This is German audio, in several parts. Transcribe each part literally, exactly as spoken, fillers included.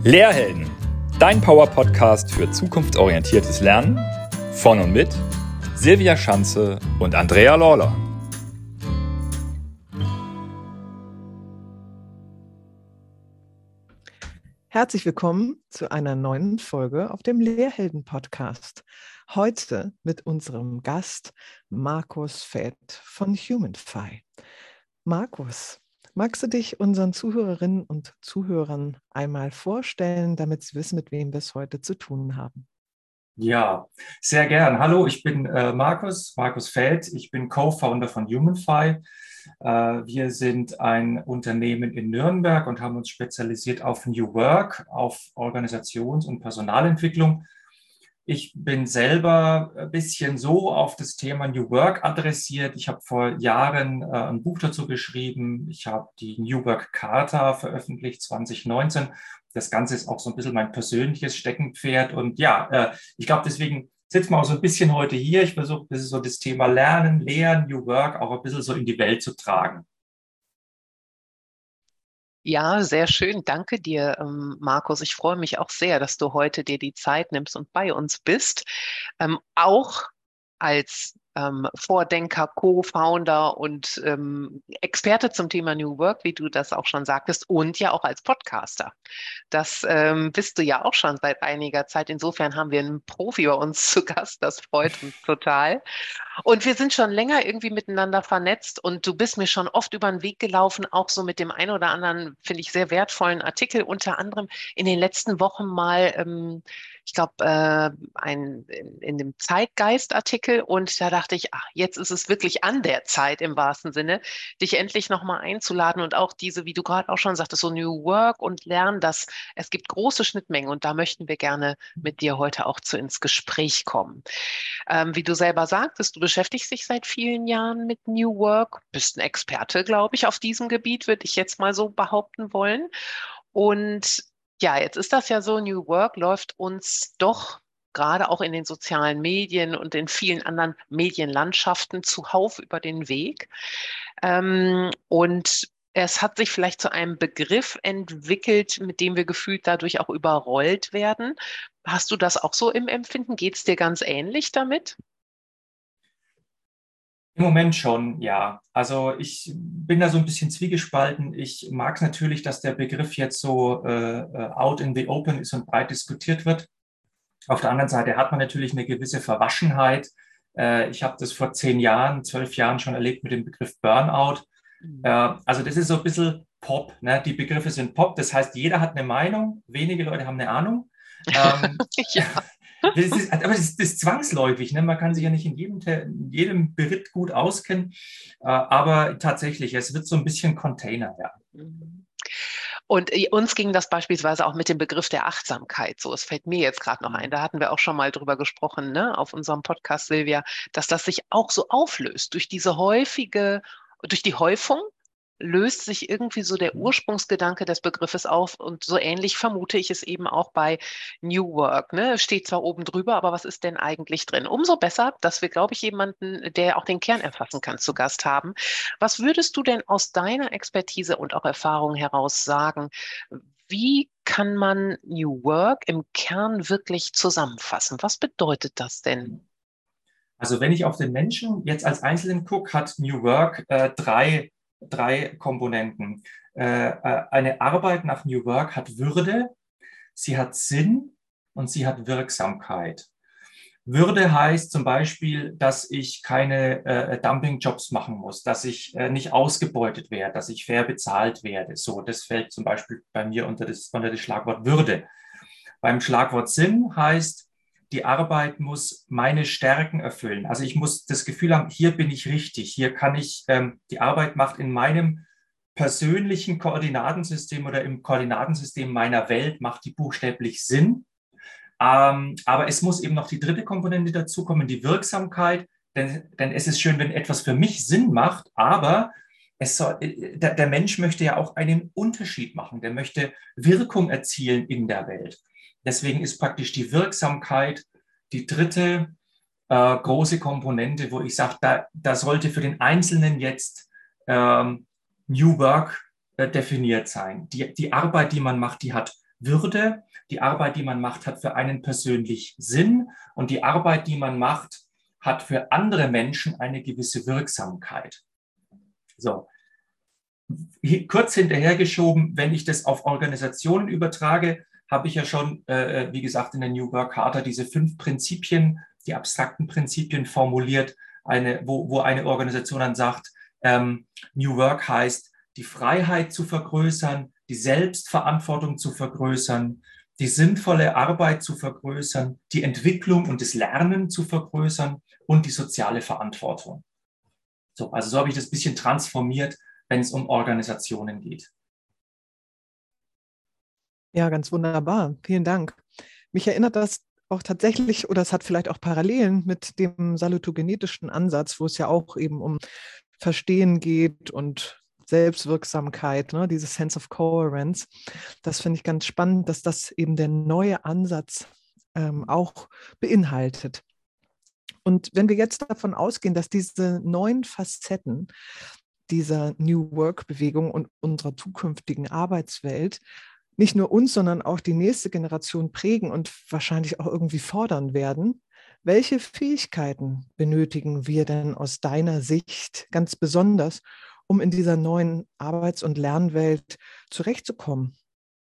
Lehrhelden, dein Power-Podcast für zukunftsorientiertes Lernen von und mit Silvia Schanze und Andrea Lawler. Herzlich willkommen zu einer neuen Folge auf dem Lehrhelden-Podcast. Heute mit unserem Gast Markus Fäth von Humanfy. Markus, magst du dich unseren Zuhörerinnen und Zuhörern einmal vorstellen, damit sie wissen, mit wem wir es heute zu tun haben? Ja, sehr gern. Hallo, ich bin äh, Markus, Markus Fäth. Ich bin Co-Founder von Humanfy. Äh, wir sind ein Unternehmen in Nürnberg und haben uns spezialisiert auf New Work, auf Organisations- und Personalentwicklung. Ich bin selber ein bisschen so auf das Thema New Work adressiert. Ich habe vor Jahren äh, ein Buch dazu geschrieben. Ich habe die New Work Charta veröffentlicht zwanzig neunzehn. Das Ganze ist auch so ein bisschen mein persönliches Steckenpferd. Und ja, äh, ich glaube, deswegen sitzen wir auch so ein bisschen heute hier. Ich versuche, das ist so das Thema Lernen, Lehren, New Work auch ein bisschen so in die Welt zu tragen. Ja, sehr schön. Danke dir, ähm, Markus. Ich freue mich auch sehr, dass du heute dir die Zeit nimmst und bei uns bist. Ähm, auch als ähm, Vordenker, Co-Founder und ähm, Experte zum Thema New Work, wie du das auch schon sagtest, und ja auch als Podcaster. Das ähm, bist du ja auch schon seit einiger Zeit. Insofern haben wir einen Profi bei uns zu Gast. Das freut uns total. Und wir sind schon länger irgendwie miteinander vernetzt und du bist mir schon oft über den Weg gelaufen, auch so mit dem einen oder anderen, finde ich, sehr wertvollen Artikel, unter anderem in den letzten Wochen mal, ähm, ich glaube, äh, ein, in, in dem Zeitgeist-Artikel, und da dachte ich, ach, jetzt ist es wirklich an der Zeit im wahrsten Sinne, dich endlich nochmal einzuladen und auch diese, wie du gerade auch schon sagtest, so New Work und Lernen, dass es gibt große Schnittmengen und da möchten wir gerne mit dir heute auch zu ins Gespräch kommen. Ähm, wie du selber sagtest, du beschäftigst dich seit vielen Jahren mit New Work, bist ein Experte, glaube ich, auf diesem Gebiet, würde ich jetzt mal so behaupten wollen. Und ja, jetzt ist das ja so, New Work läuft uns doch gerade auch in den sozialen Medien und in vielen anderen Medienlandschaften zuhauf über den Weg. Ähm, und es hat sich vielleicht zu einem Begriff entwickelt, mit dem wir gefühlt dadurch auch überrollt werden. Hast du das auch so im Empfinden? Geht es dir ganz ähnlich damit? Im Moment schon, ja. Also ich bin da so ein bisschen zwiegespalten. Ich mag es natürlich, dass der Begriff jetzt so äh, äh, out in the open ist und breit diskutiert wird. Auf der anderen Seite hat man natürlich eine gewisse Verwaschenheit. Äh, ich habe das vor zehn Jahren, zwölf Jahren schon erlebt mit dem Begriff Burnout. Äh, Mhm. also das ist so ein bisschen Pop, ne? Die Begriffe sind Pop. Das heißt, jeder hat eine Meinung, wenige Leute haben eine Ahnung. Ähm, Ja. Das ist, aber das ist, das ist zwangsläufig. Ne? Man kann sich ja nicht in jedem, in jedem Beritt gut auskennen. Äh, aber tatsächlich, es wird so ein bisschen Container werden. Und äh, uns ging das beispielsweise auch mit dem Begriff der Achtsamkeit so. Es fällt mir jetzt gerade noch ein, da hatten wir auch schon mal drüber gesprochen, ne, auf unserem Podcast, Silvia, dass das sich auch so auflöst durch diese häufige, durch die Häufung löst sich irgendwie so der Ursprungsgedanke des Begriffes auf, und so ähnlich vermute ich es eben auch bei New Work. Ne? Steht zwar oben drüber, aber was ist denn eigentlich drin? Umso besser, dass wir, glaube ich, jemanden, der auch den Kern erfassen kann, zu Gast haben. Was würdest du denn aus deiner Expertise und auch Erfahrung heraus sagen? Wie kann man New Work im Kern wirklich zusammenfassen? Was bedeutet das denn? Also wenn ich auf den Menschen jetzt als Einzelnen gucke, hat New Work äh, drei, drei Komponenten. Äh, äh, eine Arbeit nach New Work hat Würde, sie hat Sinn und sie hat Wirksamkeit. Würde heißt zum Beispiel, dass ich keine äh, Dumping-Jobs machen muss, dass ich äh, nicht ausgebeutet werde, dass ich fair bezahlt werde. So, das fällt zum Beispiel bei mir unter das, unter das Schlagwort Würde. Beim Schlagwort Sinn heißt, die Arbeit muss meine Stärken erfüllen. Also ich muss das Gefühl haben, hier bin ich richtig, hier kann ich, ähm, die Arbeit macht in meinem persönlichen Koordinatensystem oder im Koordinatensystem meiner Welt, macht die buchstäblich Sinn. Ähm, aber es muss eben noch die dritte Komponente dazukommen, die Wirksamkeit. Denn, denn es ist schön, wenn etwas für mich Sinn macht, aber es soll, der, der Mensch möchte ja auch einen Unterschied machen. Der möchte Wirkung erzielen in der Welt. Deswegen ist praktisch die Wirksamkeit die dritte äh, große Komponente, wo ich sage, da, da sollte für den Einzelnen jetzt ähm, New Work äh, definiert sein. Die, die Arbeit, die man macht, die hat Würde. Die Arbeit, die man macht, hat für einen persönlich Sinn und die Arbeit, die man macht, hat für andere Menschen eine gewisse Wirksamkeit. So. Kurz hinterhergeschoben, wenn ich das auf Organisationen übertrage, habe ich ja schon, äh, wie gesagt, in der New Work Charta diese fünf Prinzipien, die abstrakten Prinzipien formuliert, eine, wo, wo eine Organisation dann sagt, ähm, New Work heißt, die Freiheit zu vergrößern, die Selbstverantwortung zu vergrößern, die sinnvolle Arbeit zu vergrößern, die Entwicklung und das Lernen zu vergrößern und die soziale Verantwortung. So, also so habe ich das ein bisschen transformiert, wenn es um Organisationen geht. Ja, ganz wunderbar. Vielen Dank. Mich erinnert das auch tatsächlich, oder es hat vielleicht auch Parallelen mit dem salutogenetischen Ansatz, wo es ja auch eben um Verstehen geht und Selbstwirksamkeit, ne, dieses Sense of Coherence. Das finde ich ganz spannend, dass das eben der neue Ansatz ähm, auch beinhaltet. Und wenn wir jetzt davon ausgehen, dass diese neuen Facetten dieser New Work-Bewegung und unserer zukünftigen Arbeitswelt nicht nur uns, sondern auch die nächste Generation prägen und wahrscheinlich auch irgendwie fordern werden, welche Fähigkeiten benötigen wir denn aus deiner Sicht ganz besonders, um in dieser neuen Arbeits- und Lernwelt zurechtzukommen?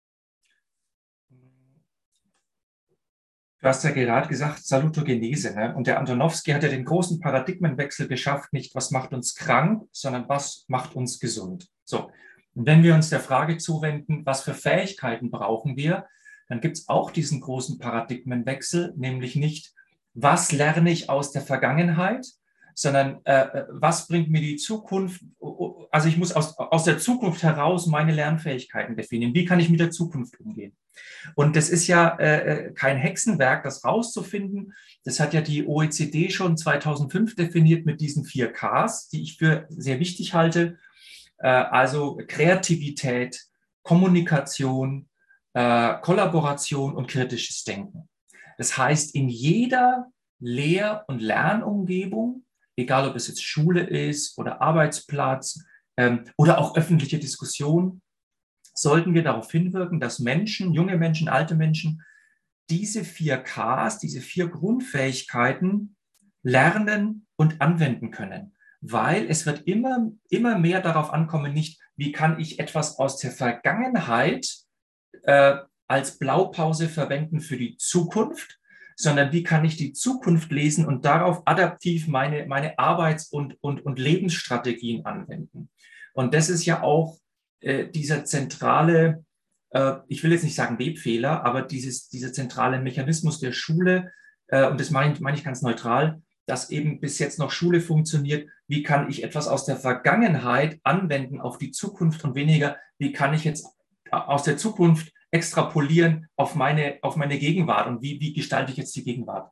Du hast ja gerade gesagt, Salutogenese, ne? Und der Antonowski hat ja den großen Paradigmenwechsel geschafft, nicht was macht uns krank, sondern was macht uns gesund. So. Und wenn wir uns der Frage zuwenden, was für Fähigkeiten brauchen wir, dann gibt es auch diesen großen Paradigmenwechsel, nämlich nicht, was lerne ich aus der Vergangenheit, sondern äh, was bringt mir die Zukunft, also ich muss aus, aus der Zukunft heraus meine Lernfähigkeiten definieren. Wie kann ich mit der Zukunft umgehen? Und das ist ja äh, kein Hexenwerk, das rauszufinden. Das hat ja die O E C D schon zweitausendfünf definiert mit diesen vier Ks, die ich für sehr wichtig halte. Äh, also Kreativität, Kommunikation, äh, Kollaboration und kritisches Denken. Das heißt, in jeder Lehr- und Lernumgebung, egal ob es jetzt Schule ist oder Arbeitsplatz ähm, oder auch öffentliche Diskussion, sollten wir darauf hinwirken, dass Menschen, junge Menschen, alte Menschen, diese vier Ks, diese vier Grundfähigkeiten lernen und anwenden können. Weil es wird immer, immer mehr darauf ankommen, nicht, wie kann ich etwas aus der Vergangenheit äh, als Blaupause verwenden für die Zukunft, sondern wie kann ich die Zukunft lesen und darauf adaptiv meine, meine Arbeits- und, und, und Lebensstrategien anwenden. Und das ist ja auch äh, dieser zentrale, äh, ich will jetzt nicht sagen Webfehler, aber dieses, dieser zentrale Mechanismus der Schule, äh, und das meine ich, meine ich ganz neutral, dass eben bis jetzt noch Schule funktioniert, wie kann ich etwas aus der Vergangenheit anwenden auf die Zukunft und weniger, wie kann ich jetzt aus der Zukunft extrapolieren auf meine, auf meine Gegenwart und wie, wie gestalte ich jetzt die Gegenwart?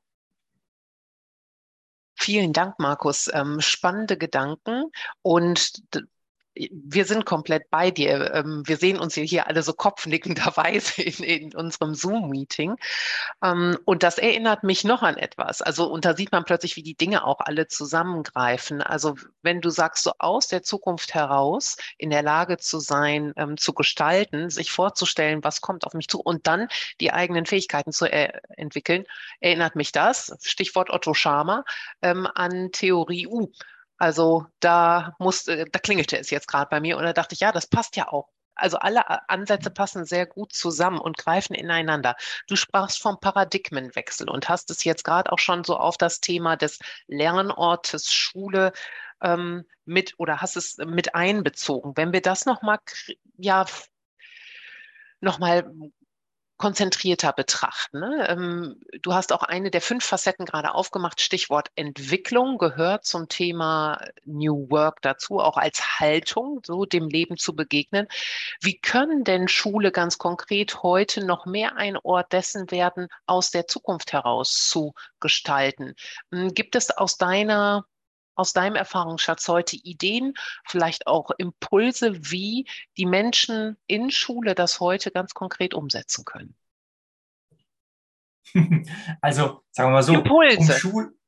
Vielen Dank, Markus. Ähm, spannende Gedanken und wir sind komplett bei dir. Ähm, wir sehen uns hier alle so kopfnickenderweise in, in unserem Zoom-Meeting. Ähm, und das erinnert mich noch an etwas. Also, und da sieht man plötzlich, wie die Dinge auch alle zusammengreifen. Also, wenn du sagst, so aus der Zukunft heraus in der Lage zu sein, ähm, zu gestalten, sich vorzustellen, was kommt auf mich zu und dann die eigenen Fähigkeiten zu äh, entwickeln, erinnert mich das, Stichwort Otto Scharmer, ähm, an Theorie U. Also da musste, da klingelte es jetzt gerade bei mir und da dachte ich, ja, das passt ja auch. Also alle Ansätze passen sehr gut zusammen und greifen ineinander. Du sprachst vom Paradigmenwechsel und hast es jetzt gerade auch schon so auf das Thema des Lernortes Schule ähm, mit oder hast es mit einbezogen. Wenn wir das nochmal, ja, nochmal konzentrierter betrachten. Ne? Ähm, du hast auch eine der fünf Facetten gerade aufgemacht. Stichwort Entwicklung gehört zum Thema New Work dazu, auch als Haltung, so dem Leben zu begegnen. Wie können denn Schule ganz konkret heute noch mehr ein Ort dessen werden, aus der Zukunft heraus zu gestalten? Gibt es aus deiner aus deinem Erfahrungsschatz heute Ideen, vielleicht auch Impulse, wie die Menschen in Schule das heute ganz konkret umsetzen können? Also sagen wir mal so, um Impulse. Schul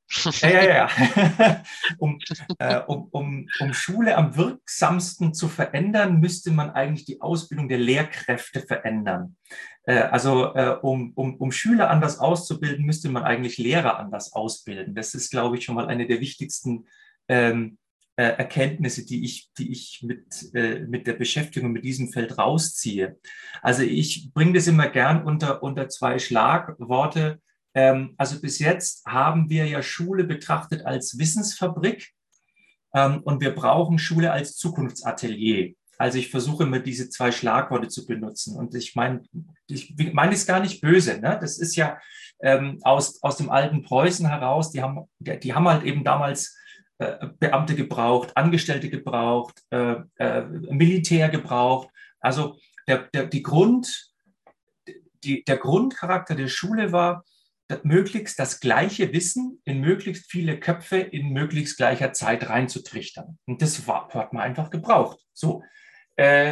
Ja, ja, ja. um, äh, um, um, um Schule am wirksamsten zu verändern, müsste man eigentlich die Ausbildung der Lehrkräfte verändern. Äh, also äh, um, um, um Schüler anders auszubilden, müsste man eigentlich Lehrer anders ausbilden. Das ist, glaube ich, schon mal eine der wichtigsten ähm, äh, Erkenntnisse, die ich, die ich mit, äh, mit der Beschäftigung mit diesem Feld rausziehe. Also ich bringe das immer gern unter, unter zwei Schlagworte. Ähm, also bis jetzt haben wir ja Schule betrachtet als Wissensfabrik, ähm, und wir brauchen Schule als Zukunftsatelier. Also ich versuche immer diese zwei Schlagworte zu benutzen. Und ich meine, ich meine es gar nicht böse. Ne? Das ist ja ähm, aus, aus dem alten Preußen heraus, die haben, die, die haben halt eben damals äh, Beamte gebraucht, Angestellte gebraucht, äh, äh, Militär gebraucht. Also der, der, die Grund, die, der Grundcharakter der Schule war, möglichst das gleiche Wissen in möglichst viele Köpfe in möglichst gleicher Zeit reinzutrichtern. Und das war, hat man einfach gebraucht. So, äh,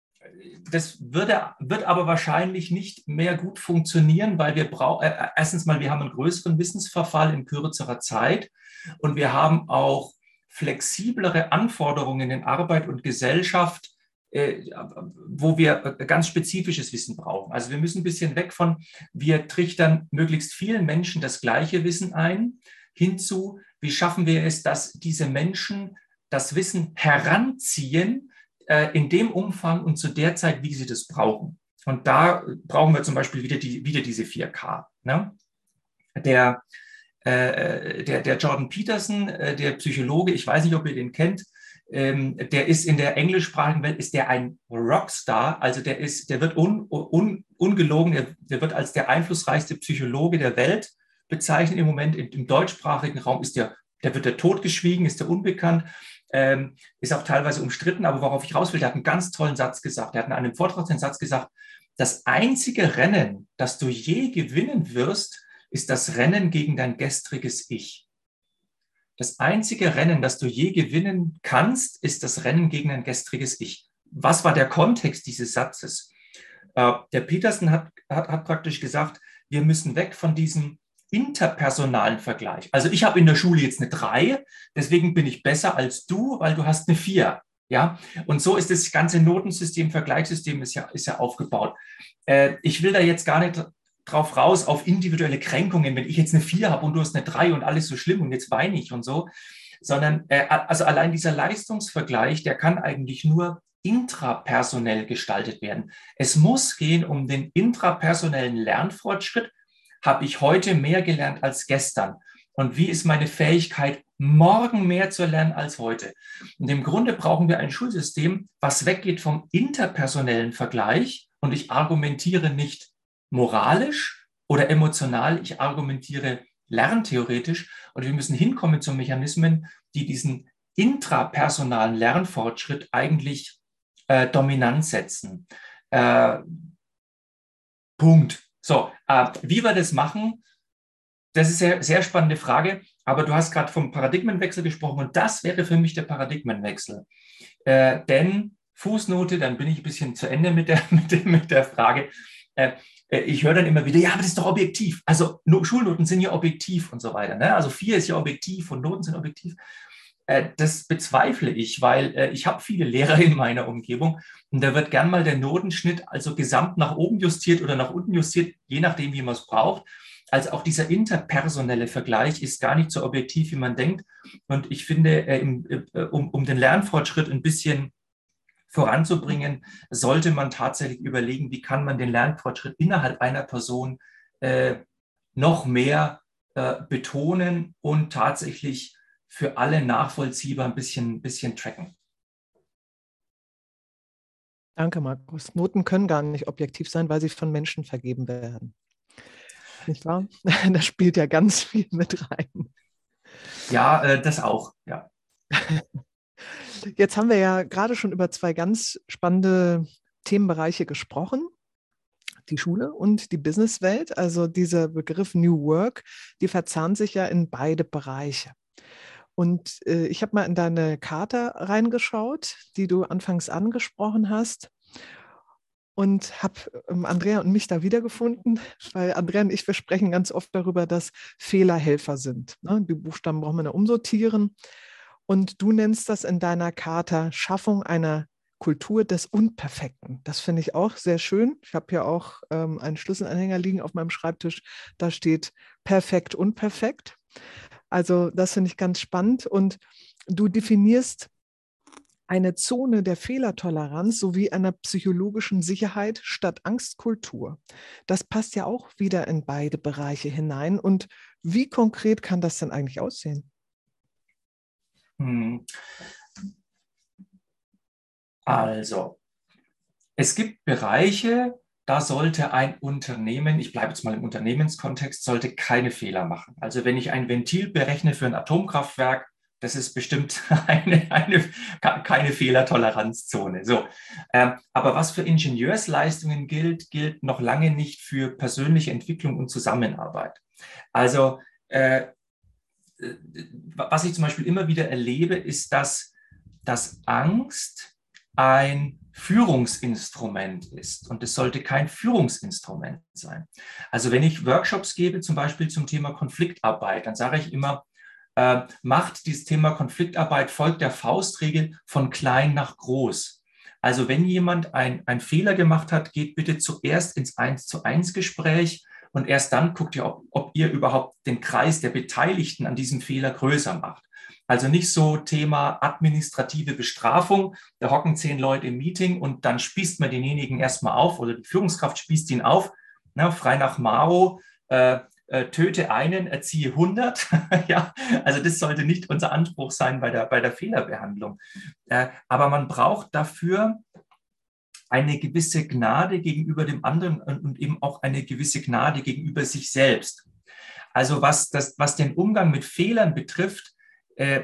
das würde, wird aber wahrscheinlich nicht mehr gut funktionieren, weil wir brauchen, äh, erstens mal, wir haben einen größeren Wissensverfall in kürzerer Zeit und wir haben auch flexiblere Anforderungen in Arbeit und Gesellschaft, äh, wo wir ganz spezifisches Wissen brauchen. Also wir müssen ein bisschen weg von, wir trichtern möglichst vielen Menschen das gleiche Wissen ein, hinzu, wie schaffen wir es, dass diese Menschen das Wissen heranziehen, äh, in dem Umfang und zu der Zeit, wie sie das brauchen. Und da brauchen wir zum Beispiel wieder, die, wieder diese vier K. Ne? Der, äh, der, der Jordan Peterson, äh, der Psychologe, ich weiß nicht, ob ihr den kennt, Ähm, der ist in der englischsprachigen Welt ist der ein Rockstar, also der ist, der wird un, un, ungelogen, der, der wird als der einflussreichste Psychologe der Welt bezeichnet im Moment. Im, im deutschsprachigen Raum ist der, der wird der totgeschwiegen, ist der unbekannt, ähm, ist auch teilweise umstritten, aber worauf ich raus will, der hat einen ganz tollen Satz gesagt. Der hat in einem Vortrag den Satz gesagt: Das einzige Rennen, das du je gewinnen wirst, ist das Rennen gegen dein gestriges Ich. Das einzige Rennen, das du je gewinnen kannst, ist das Rennen gegen ein gestriges Ich. Was war der Kontext dieses Satzes? Äh, der Peterson hat, hat, hat praktisch gesagt, wir müssen weg von diesem interpersonalen Vergleich. Also ich habe in der Schule jetzt eine drei, deswegen bin ich besser als du, weil du hast eine vier. Ja? Und so ist das ganze Notensystem, Vergleichssystem ist ja, ist ja aufgebaut. Äh, ich will da jetzt gar nicht drauf raus auf individuelle Kränkungen, wenn ich jetzt eine vier habe und du hast eine drei und alles so schlimm und jetzt weine ich und so, sondern äh, also allein dieser Leistungsvergleich, der kann eigentlich nur intrapersonell gestaltet werden. Es muss gehen um den intrapersonellen Lernfortschritt. Habe ich heute mehr gelernt als gestern? Und wie ist meine Fähigkeit, morgen mehr zu lernen als heute? Und im Grunde brauchen wir ein Schulsystem, was weggeht vom interpersonellen Vergleich. Und ich argumentiere nicht moralisch oder emotional, ich argumentiere lerntheoretisch, und wir müssen hinkommen zu Mechanismen, die diesen intrapersonalen Lernfortschritt eigentlich äh, dominant setzen. Äh, Punkt. So, äh, wie wir das machen, das ist eine sehr spannende Frage, aber du hast gerade vom Paradigmenwechsel gesprochen und das wäre für mich der Paradigmenwechsel. Äh, denn, Fußnote, dann bin ich ein bisschen zu Ende mit der, mit der, mit der Frage, äh, ich höre dann immer wieder, ja, aber das ist doch objektiv. Also no, Schulnoten sind ja objektiv und so weiter. Ne? Also vier ist ja objektiv und Noten sind objektiv. Äh, das bezweifle ich, weil äh, ich habe viele Lehrer in meiner Umgebung und da wird gern mal der Notenschnitt also gesamt nach oben justiert oder nach unten justiert, je nachdem, wie man es braucht. Also auch dieser interpersonelle Vergleich ist gar nicht so objektiv, wie man denkt. Und ich finde, äh, im, äh, um, um den Lernfortschritt ein bisschen voranzubringen, sollte man tatsächlich überlegen, wie kann man den Lernfortschritt innerhalb einer Person äh, noch mehr äh, betonen und tatsächlich für alle nachvollziehbar ein bisschen, bisschen tracken. Danke, Markus. Noten können gar nicht objektiv sein, weil sie von Menschen vergeben werden. Nicht wahr? Das spielt ja ganz viel mit rein. Ja, äh, das auch, ja. Jetzt haben wir ja gerade schon über zwei ganz spannende Themenbereiche gesprochen. Die Schule und die Businesswelt. Also dieser Begriff New Work, die verzahnt sich ja in beide Bereiche. Und äh, ich habe mal in deine Charta reingeschaut, die du anfangs angesprochen hast. und habe ähm, Andrea und mich da wiedergefunden, weil Andrea und ich, wir sprechen ganz oft darüber, dass Fehler Helfer sind. Ne? Die Buchstaben brauchen wir da umsortieren. Und du nennst das in deiner Charta Schaffung einer Kultur des Unperfekten. Das finde ich auch sehr schön. Ich habe hier auch ähm, einen Schlüsselanhänger liegen auf meinem Schreibtisch. Da steht perfekt, unperfekt. Also das finde ich ganz spannend. Und du definierst eine Zone der Fehlertoleranz sowie einer psychologischen Sicherheit statt Angstkultur. Das passt ja auch wieder in beide Bereiche hinein. Und wie konkret kann das denn eigentlich aussehen? Also, es gibt Bereiche, da sollte ein Unternehmen, ich bleibe jetzt mal im Unternehmenskontext, sollte keine Fehler machen. Also wenn ich ein Ventil berechne für ein Atomkraftwerk, das ist bestimmt eine, eine, keine Fehlertoleranzzone. So, ähm, aber was für Ingenieursleistungen gilt, gilt noch lange nicht für persönliche Entwicklung und Zusammenarbeit. Also äh, was ich zum Beispiel immer wieder erlebe, ist, dass, dass Angst ein Führungsinstrument ist. Und es sollte kein Führungsinstrument sein. Also wenn ich Workshops gebe, zum Beispiel zum Thema Konfliktarbeit, dann sage ich immer, äh, macht dieses Thema Konfliktarbeit, folgt der Faustregel von klein nach groß. Also wenn jemand einen Fehler gemacht hat, geht bitte zuerst ins eins zu eins Gespräch und erst dann guckt ihr, ob, ob ihr überhaupt den Kreis der Beteiligten an diesem Fehler größer macht. Also nicht so Thema administrative Bestrafung, da hocken zehn Leute im Meeting und dann spießt man denjenigen erstmal auf oder die Führungskraft spießt ihn auf, ne, frei nach Mao, äh, äh, töte einen, erziehe hundert. Ja, also das sollte nicht unser Anspruch sein bei der, bei der Fehlerbehandlung. Äh, aber man braucht dafür eine gewisse Gnade gegenüber dem anderen und eben auch eine gewisse Gnade gegenüber sich selbst. Also was, das, was den Umgang mit Fehlern betrifft, äh,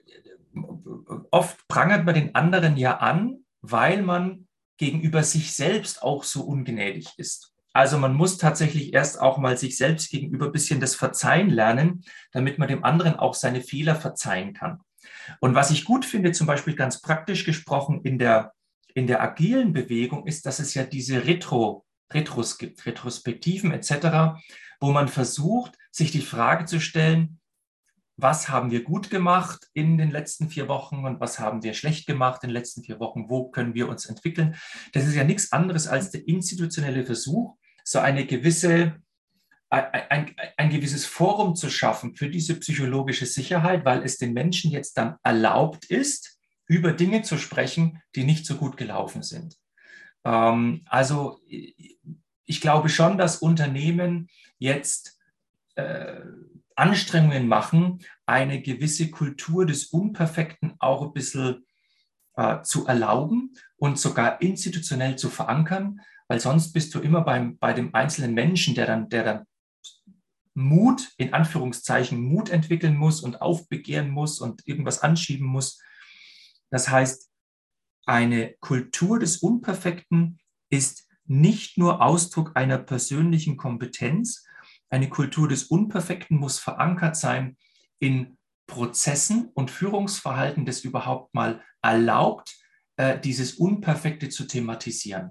oft prangert man den anderen ja an, weil man gegenüber sich selbst auch so ungnädig ist. Also man muss tatsächlich erst auch mal sich selbst gegenüber ein bisschen das Verzeihen lernen, damit man dem anderen auch seine Fehler verzeihen kann. Und was ich gut finde, zum Beispiel ganz praktisch gesprochen in der in der agilen Bewegung ist, dass es ja diese Retro, Retros gibt, Retrospektiven et cetera, wo man versucht, sich die Frage zu stellen, was haben wir gut gemacht in den letzten vier Wochen und was haben wir schlecht gemacht in den letzten vier Wochen, wo können wir uns entwickeln. Das ist ja nichts anderes als der institutionelle Versuch, so eine gewisse, ein, ein, ein gewisses Forum zu schaffen für diese psychologische Sicherheit, weil es den Menschen jetzt dann erlaubt ist, über Dinge zu sprechen, die nicht so gut gelaufen sind. Ähm, also ich glaube schon, dass Unternehmen jetzt äh, Anstrengungen machen, eine gewisse Kultur des Unperfekten auch ein bisschen äh, zu erlauben und sogar institutionell zu verankern, weil sonst bist du immer beim, bei dem einzelnen Menschen, der dann, der dann Mut, in Anführungszeichen Mut entwickeln muss und aufbegehren muss und irgendwas anschieben muss. Das heißt, eine Kultur des Unperfekten ist nicht nur Ausdruck einer persönlichen Kompetenz. Eine Kultur des Unperfekten muss verankert sein in Prozessen und Führungsverhalten, das überhaupt mal erlaubt, äh, dieses Unperfekte zu thematisieren.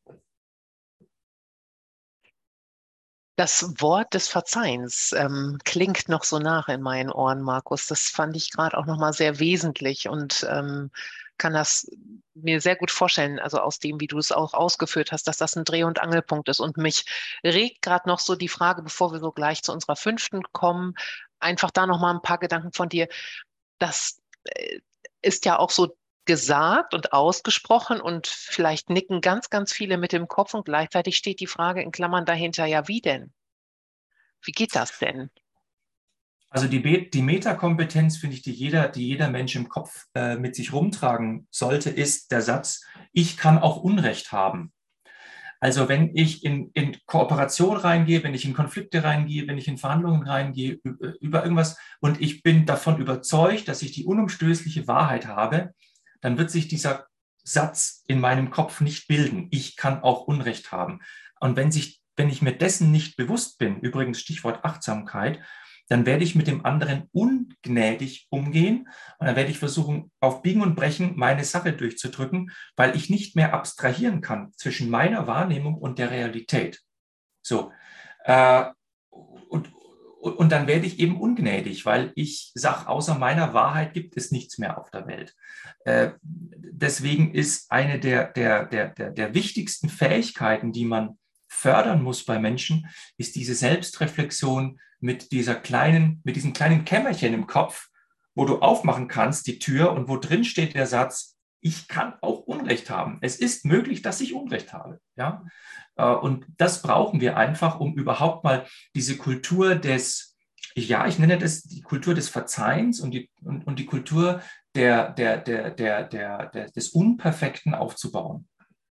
Das Wort des Verzeihens ähm, klingt noch so nach in meinen Ohren, Markus. Das fand ich gerade auch nochmal sehr wesentlich und ähm, kann das mir sehr gut vorstellen, also aus dem, wie du es auch ausgeführt hast, dass das ein Dreh- und Angelpunkt ist. Und mich regt gerade noch so die Frage, bevor wir so gleich zu unserer fünften kommen, einfach da nochmal ein paar Gedanken von dir. Das äh, ist ja auch so gesagt und ausgesprochen und vielleicht nicken ganz, ganz viele mit dem Kopf und gleichzeitig steht die Frage in Klammern dahinter, ja, wie denn? Wie geht das denn? Also die, die Metakompetenz, finde ich, die jeder, die jeder Mensch im Kopf äh, mit sich rumtragen sollte, ist der Satz, ich kann auch Unrecht haben. Also wenn ich in, in Kooperation reingehe, wenn ich in Konflikte reingehe, wenn ich in Verhandlungen reingehe, über, über irgendwas und ich bin davon überzeugt, dass ich die unumstößliche Wahrheit habe, dann wird sich dieser Satz in meinem Kopf nicht bilden. Ich kann auch Unrecht haben. Und wenn, sich, wenn ich mir dessen nicht bewusst bin, übrigens Stichwort Achtsamkeit, dann werde ich mit dem anderen ungnädig umgehen und dann werde ich versuchen, auf Biegen und Brechen meine Sache durchzudrücken, weil ich nicht mehr abstrahieren kann zwischen meiner Wahrnehmung und der Realität. So. Äh, und, und dann werde ich eben ungnädig, weil ich sage, außer meiner Wahrheit gibt es nichts mehr auf der Welt. Äh, deswegen ist eine der, der, der, der, der wichtigsten Fähigkeiten, die man fördern muss bei Menschen, ist diese Selbstreflexion mit dieser kleinen, mit diesem kleinen Kämmerchen im Kopf, wo du aufmachen kannst, die Tür, und wo drin steht der Satz: Ich kann auch Unrecht haben. Es ist möglich, dass ich Unrecht habe. Ja? Und das brauchen wir einfach, um überhaupt mal diese Kultur des, ja, ich nenne das die Kultur des Verzeihens und die, und, und die Kultur der, der, der, der, der, der, des Unperfekten aufzubauen.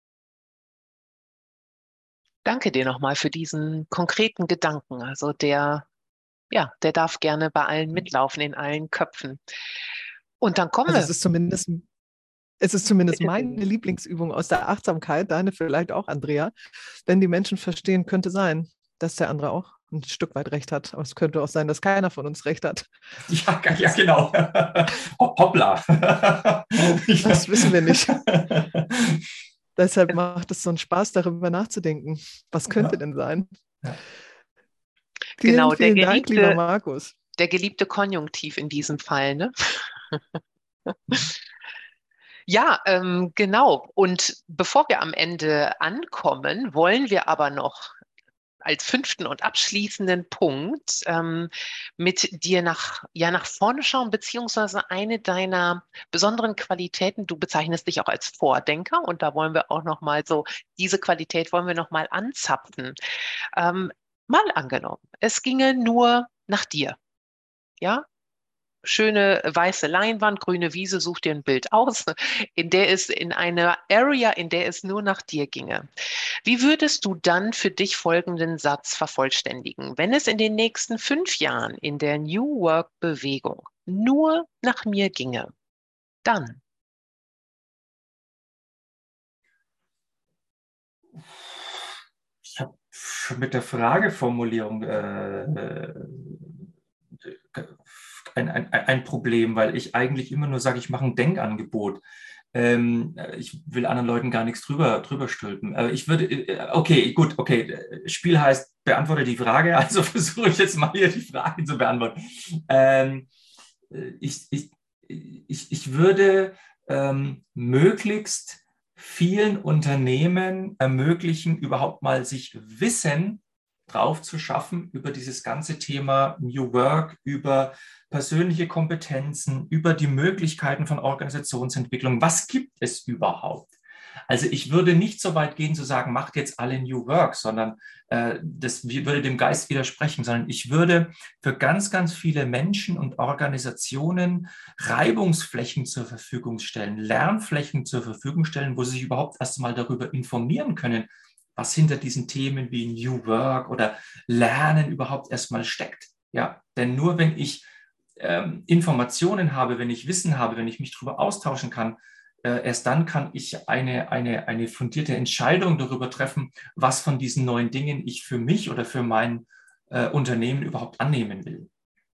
Danke dir nochmal für diesen konkreten Gedanken. Also der, ja, der darf gerne bei allen mitlaufen, in allen Köpfen. Und dann kommen Also wir. es ist zumindest, es ist zumindest meine Lieblingsübung aus der Achtsamkeit, deine vielleicht auch, Andrea. Wenn die Menschen verstehen, könnte sein, dass der andere auch ein Stück weit recht hat. Aber es könnte auch sein, dass keiner von uns recht hat. Ja, ja, genau. Hoppla. Das wissen wir nicht. Deshalb macht es so einen Spaß, darüber nachzudenken. Was könnte ja. denn sein? Ja. Vielen, genau, vielen der Dank, geliebte, lieber Markus. Der geliebte Konjunktiv in diesem Fall, ne? Ja, ähm, genau. Und bevor wir am Ende ankommen, wollen wir aber noch als fünften und abschließenden Punkt ähm, mit dir nach, ja, nach vorne schauen, beziehungsweise eine deiner besonderen Qualitäten. Du bezeichnest dich auch als Vordenker, und da wollen wir auch noch mal so, diese Qualität wollen wir noch mal anzapfen. Ähm, mal angenommen, es ginge nur nach dir, ja? Schöne weiße Leinwand, grüne Wiese, such dir ein Bild aus, in der es in einer Area, in der es nur nach dir ginge. Wie würdest du dann für dich folgenden Satz vervollständigen? Wenn es in den nächsten fünf Jahren in der New Work-Bewegung nur nach mir ginge, dann? Ich habe schon mit der Frageformulierung äh, ein, ein, ein Problem, weil ich eigentlich immer nur sage, ich mache ein Denkangebot. Ähm, ich will anderen Leuten gar nichts drüber, drüber stülpen. Äh, ich würde, okay, gut, okay, Spiel heißt, beantworte die Frage, also versuche ich jetzt mal hier die Frage zu beantworten. Ähm, ich, ich, ich, ich würde ähm, möglichst vielen Unternehmen ermöglichen, überhaupt mal sich Wissen drauf zu schaffen über dieses ganze Thema New Work, über persönliche Kompetenzen, über die Möglichkeiten von Organisationsentwicklung. Was gibt es überhaupt? Also ich würde nicht so weit gehen zu sagen, macht jetzt alle New Work, sondern äh, das würde dem Geist widersprechen, sondern ich würde für ganz, ganz viele Menschen und Organisationen Reibungsflächen zur Verfügung stellen, Lernflächen zur Verfügung stellen, wo sie sich überhaupt erst mal darüber informieren können, was hinter diesen Themen wie New Work oder Lernen überhaupt erstmal steckt. Ja, denn nur wenn ich ähm, Informationen habe, wenn ich Wissen habe, wenn ich mich darüber austauschen kann, äh, erst dann kann ich eine, eine, eine fundierte Entscheidung darüber treffen, was von diesen neuen Dingen ich für mich oder für mein äh, Unternehmen überhaupt annehmen will.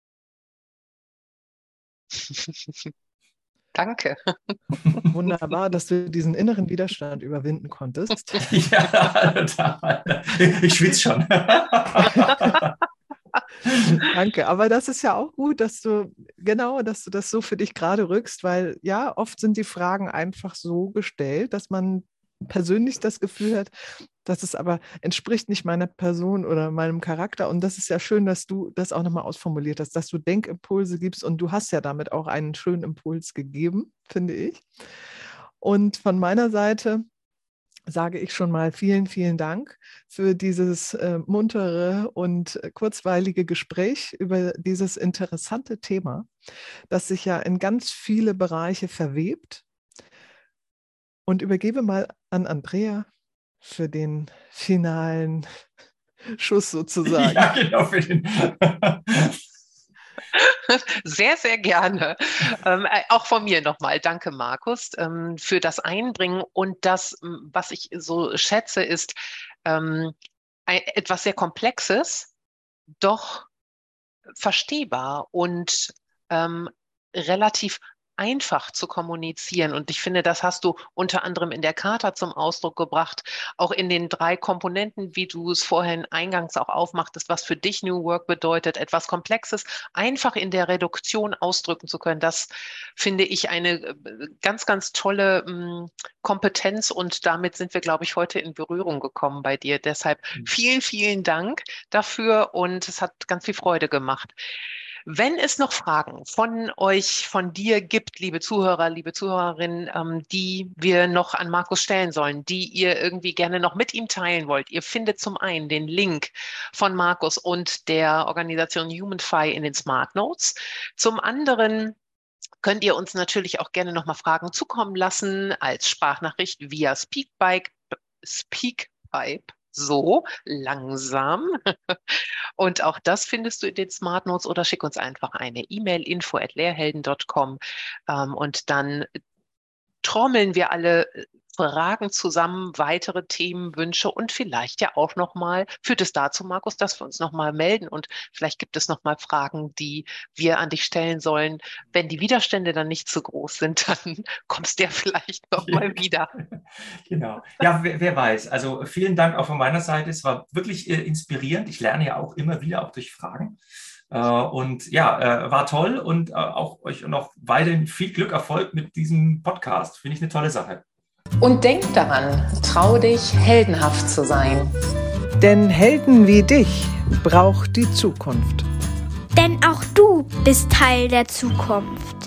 Danke. Wunderbar, dass du diesen inneren Widerstand überwinden konntest. Ja, total. Ich schwitze schon. Danke, aber das ist ja auch gut, dass du, genau, dass du das so für dich gerade rückst, weil ja, oft sind die Fragen einfach so gestellt, dass man persönlich das Gefühl hat, dass es aber entspricht nicht meiner Person oder meinem Charakter. Und das ist ja schön, dass du das auch nochmal ausformuliert hast, dass du Denkimpulse gibst, und du hast ja damit auch einen schönen Impuls gegeben, finde ich. Und von meiner Seite sage ich schon mal vielen, vielen Dank für dieses äh, muntere und kurzweilige Gespräch über dieses interessante Thema, das sich ja in ganz viele Bereiche verwebt. Und übergebe mal an Andrea für den finalen Schuss sozusagen. Ja, genau, für den. Sehr, sehr gerne. Ähm, auch von mir nochmal. Danke, Markus, ähm, für das Einbringen. Und das, was ich so schätze, ist ähm, ein, etwas sehr Komplexes, doch verstehbar und ähm, relativ einfach zu kommunizieren. Und ich finde, das hast du unter anderem in der Charta zum Ausdruck gebracht, auch in den drei Komponenten, wie du es vorhin eingangs auch aufmachtest, was für dich New Work bedeutet, etwas Komplexes einfach in der Reduktion ausdrücken zu können. Das finde ich eine ganz, ganz tolle ähm, Kompetenz und damit sind wir, glaube ich, heute in Berührung gekommen bei dir. Deshalb vielen, vielen Dank dafür und es hat ganz viel Freude gemacht. Wenn es noch Fragen von euch, von dir gibt, liebe Zuhörer, liebe Zuhörerinnen, ähm, die wir noch an Markus stellen sollen, die ihr irgendwie gerne noch mit ihm teilen wollt, ihr findet zum einen den Link von Markus und der Organisation HumanFi in den Smart Notes. Zum anderen könnt ihr uns natürlich auch gerne nochmal Fragen zukommen lassen als Sprachnachricht via Speakpipe, Speakpipe. So langsam. Und auch das findest du in den Smart Notes oder schick uns einfach eine E-Mail info at lehrhelden punkt com ähm, und dann trommeln wir alle Fragen zusammen, weitere Themenwünsche und vielleicht ja auch nochmal, führt es dazu, Markus, dass wir uns nochmal melden und vielleicht gibt es nochmal Fragen, die wir an dich stellen sollen. Wenn die Widerstände dann nicht zu groß sind, dann kommst du ja vielleicht nochmal wieder. Genau. Ja, wer, wer weiß. Also vielen Dank auch von meiner Seite. Es war wirklich äh, inspirierend. Ich lerne ja auch immer wieder, auch durch Fragen. Äh, und ja, äh, war toll und äh, auch euch noch weiterhin viel Glück, Erfolg mit diesem Podcast. Finde ich eine tolle Sache. Und denk daran, trau dich, heldenhaft zu sein. Denn Helden wie dich braucht die Zukunft. Denn auch du bist Teil der Zukunft.